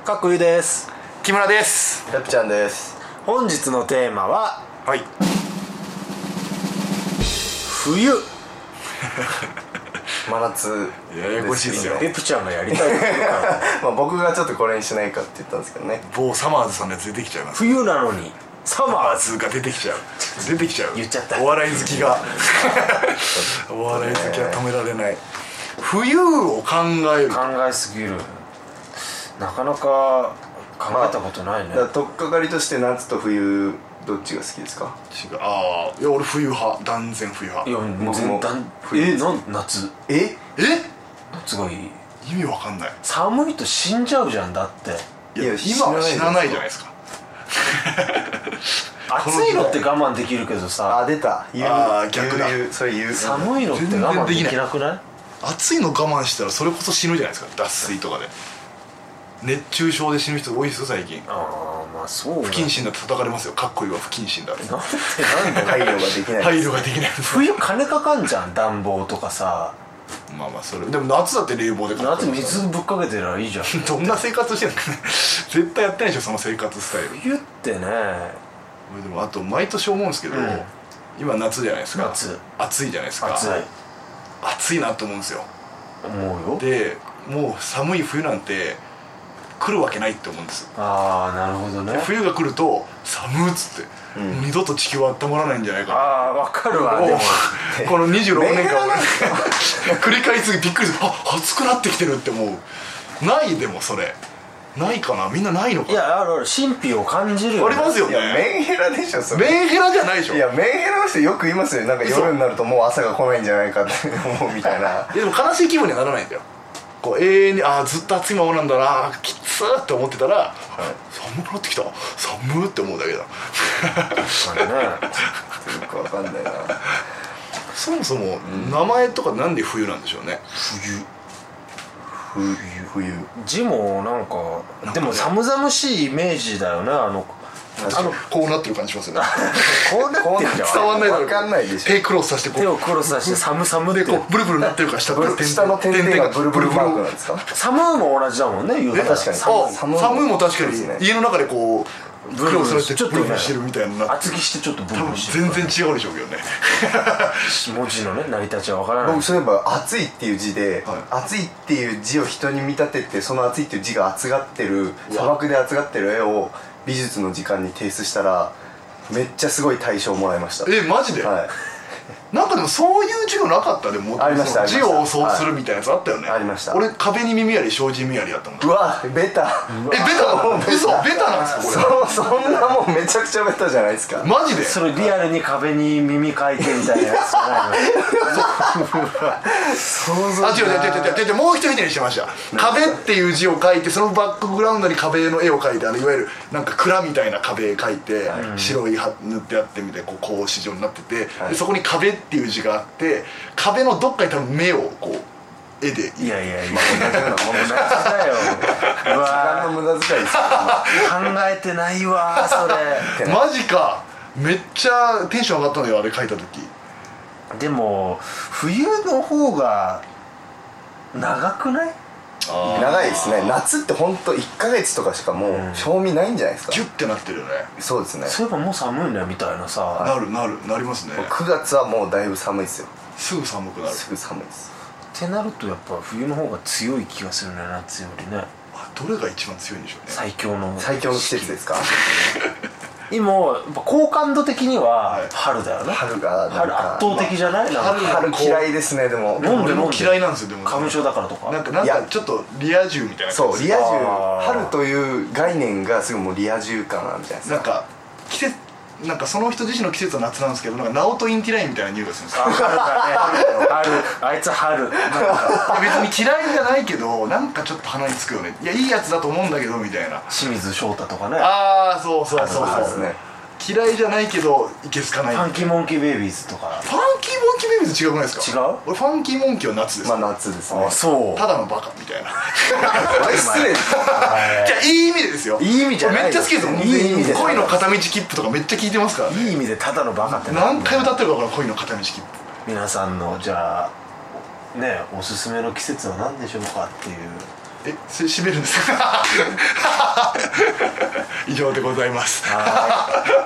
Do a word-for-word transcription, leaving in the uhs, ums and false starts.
かっこゆです。 木村です。 ペプちゃんです。 本日のテーマははい冬。 真夏ややこしいですよ。 ペプちゃんがやりたいことかまあ僕がちょっとこれにしないかって言ったんですけどね。 某サマーズさんのやつ出てきちゃいます。 冬なのにサマーズサマーズが出てきちゃう出てきちゃう言っちゃった。 お笑い好きがお笑い好きは止められない。冬を考える考えすぎる。なかなか考えたことないね、 だから取っかかりとして夏と冬どっちが好きですか？ 違う。ああいや俺冬派、断然冬派。 いや僕も全然冬えなん夏ええ夏がいい。 意味わかんない。 寒いと死んじゃうじゃん。だっていやいや今は死なないじゃないですか。 暑いのって我慢できるけどさ、 あ出た言うあー逆だ言う言うそれ言う寒いのって我慢できなくない？ 暑いの我慢したらそれこそ死ぬじゃないですか。脱水とかで熱中症で死ぬ人多いですよ最近。 ああまあそう不謹慎だって叩かれますよ。かっこいいわ不謹慎だって。 なんでなんで配慮ができない配慮ができない。 冬金かかんじゃん。暖房とかさ、 まあまあそれでも夏だって冷房でか夏水ぶっかけてりゃいいじゃんどんな生活してるのかね絶対やってないでしょその生活スタイル。 冬ってね。 でもあと毎年思うんですけど、 うん今夏じゃないですか。 夏暑いじゃないですか。 暑い暑いなと思うんですよ。 思うよ。 でもう寒い冬なんて来るわけないって思うんです。 ああなるほどね。 冬が来ると寒っつって、うん、二度と地球は温まらないんじゃないか。 ああわかるわ。でもこのにじゅうろくねんかん繰り返しびっくりする。あ暑くなってきてるって思う。ないでもそれないかな。みんなないのかな。 いやあるある神秘を感じるよ、ね、 ありますよいやね。 メンヘラでしょそれ。 メンヘラじゃないでしょ。 いやメンヘラの人よく言いますよ。なんか夜になるともう朝が来ないんじゃないかって思うみたいな。 でも悲しい気分にはならないんだよ。こう永遠にああずっと暑いままなんだなきつーって思ってたら、はい、寒くなってきた寒ーって思うだけだあれねよくわかんないな。 そもそも名前とかなんで冬なんでしょうね。 冬冬字もなんかなんかねでも寒々しいイメージだよね。あのあのこうなってる感じしますよねこうなってるじゃん。 伝わんないだろう。 わかんないでしょ。 手クロスさせてこう手をクロスさせて寒々ってでこうブルブルなってるから下ブル下の点々がブルブルマークなんですか？ 寒も同じだもんね言うたら。 確かにあ寒寒いも確かにそうですね家の中でこうブルブルクロスさせてちょっとブルブルしてるみたいな。 厚着してちょっとブル多分ブルしてる全然違うでしょうけどね文字のね成り立ちは分からない。 僕そういえば暑いっていう字で、 はい暑いっていう字を人に見立ててその暑いっていう字が熱がってるうわ砂漠で熱がってる絵を美術の時間に提出したらめっちゃすごい大賞もらいました。 えマジで、 はいなんかでもそういう授業なかったでもありました字をそうするみたいなやつあったよね。 ありました。 俺壁に耳あり障子耳ありだったもん。 うわベタ。 えベタなの？嘘ベタなんですかこそそんなもんめちゃくちゃベタじゃないですか。 れマジで。 それリアルに壁に耳書いてみたいなやつじゃないの？ 想像あ違う違う違う違う違うもう一人にしてました。壁っていう字を書いてそのバックグラウンドに壁の絵を描いてあのいわゆるなんか蔵みたいな壁描いて、はい、白いは塗ってあってみたいなこう格子状になってて、はい、でそこに壁っていう字があって壁のどっかに多分目をこう絵でいやいやいや同じようなものだよ。うわ時間の無駄遣いですよ考えてないわそれマジか。めっちゃテンション上がったのよあれ書いた時。 でも冬の方が長くない？ 長いですね。夏ってほんといっかげつとかしかもう賞味ないんじゃないですか。 ギュッてなってるよね。 そうですね。 そういえばもう寒いねみたいなさ。 なるなるなりますね。 くがつはもうだいぶ寒いですよ。 すぐ寒くなる。 すぐ寒いです。 ってなるとやっぱ冬の方が強い気がするね夏よりね。 あどれが一番強いんでしょうね。 最強の最強の季節ですか？ 今やっぱ好感度的には春だよね。 春が春圧倒的じゃない？なんか春嫌いですね。でもなんで俺も嫌いなんですよ。でも花粉症だからとかなんかなんかちょっとリア充みたいな。 そうリア充。 あー春という概念がすぐもうリア充感あるみたいな。 なんか季節なんかその人自身の季節は夏なんですけどなんかナオトインティラインみたいな匂いがするんですよ。 春だね春あいつ春なんか別に嫌いじゃないけどなんかちょっと鼻につくよね。いやいいやつだと思うんだけどみたいな。 清水翔太とかね。 ああそうそうそうそうですね。 嫌いじゃないけどいけすかない。 ファンキーモンキーベイビーズとか。 ファンキーモンキーベイビーズ違くないですか？ 違う？ 俺ファンキーモンキーは夏です。 まあ夏ですね。 あそうただのバカみたいなあれ失礼です。 じゃあいい意味でですよ。 いい意味じゃないめっちゃ好きですよ。 いい意味で恋の片道切符とかめっちゃ聞いてますからね。 いい意味でただのバカって何回歌ってるか分からん恋の片道切符。 皆さんのじゃあねおすすめの季節は何でしょうかっていう。 えそれ締めるんですか上でございます。 はい